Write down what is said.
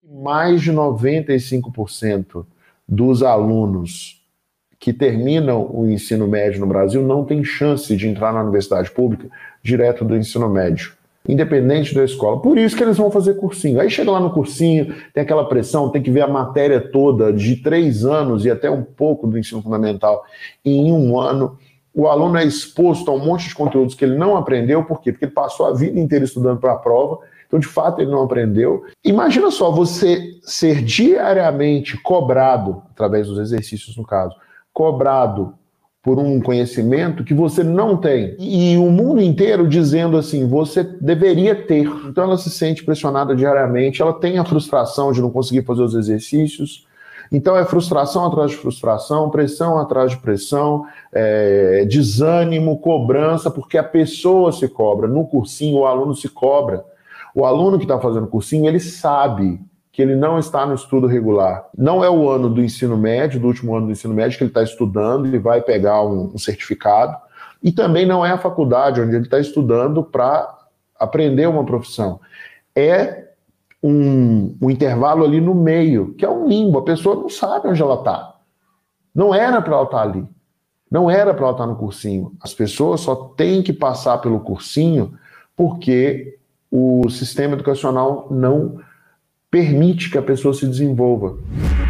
Mais de 95% dos alunos que terminam o ensino médio no Brasil não tem chance de entrar na universidade pública direto do ensino médio, independente da escola. Por isso que eles vão fazer cursinho. Aí chega lá no cursinho, tem aquela pressão, tem que ver a matéria toda de 3 anos e até um pouco do ensino fundamental em 1 ano. O aluno é exposto a um monte de conteúdos que ele não aprendeu. Por quê? Porque ele passou a vida inteira estudando para a prova. Então, de fato, ele não aprendeu. Imagina só você ser diariamente cobrado, através dos exercícios no caso, cobrado por um conhecimento que você não tem. E o mundo inteiro dizendo assim, você deveria ter. Então ela se sente pressionada diariamente, ela tem a frustração de não conseguir fazer os exercícios. Então é frustração atrás de frustração, pressão atrás de pressão, desânimo, cobrança, porque a pessoa se cobra. No cursinho, o aluno se cobra. O aluno que está fazendo cursinho, ele sabe que ele não está no estudo regular. Não é o ano do ensino médio, do último ano do ensino médio, que ele está estudando e vai pegar um certificado. E também não é a faculdade onde ele está estudando para aprender uma profissão. É um intervalo ali no meio, que é um limbo. A pessoa não sabe onde ela está. Não era para ela estar ali. Não era para ela estar no cursinho. As pessoas só têm que passar pelo cursinho porque o sistema educacional não permite que a pessoa se desenvolva.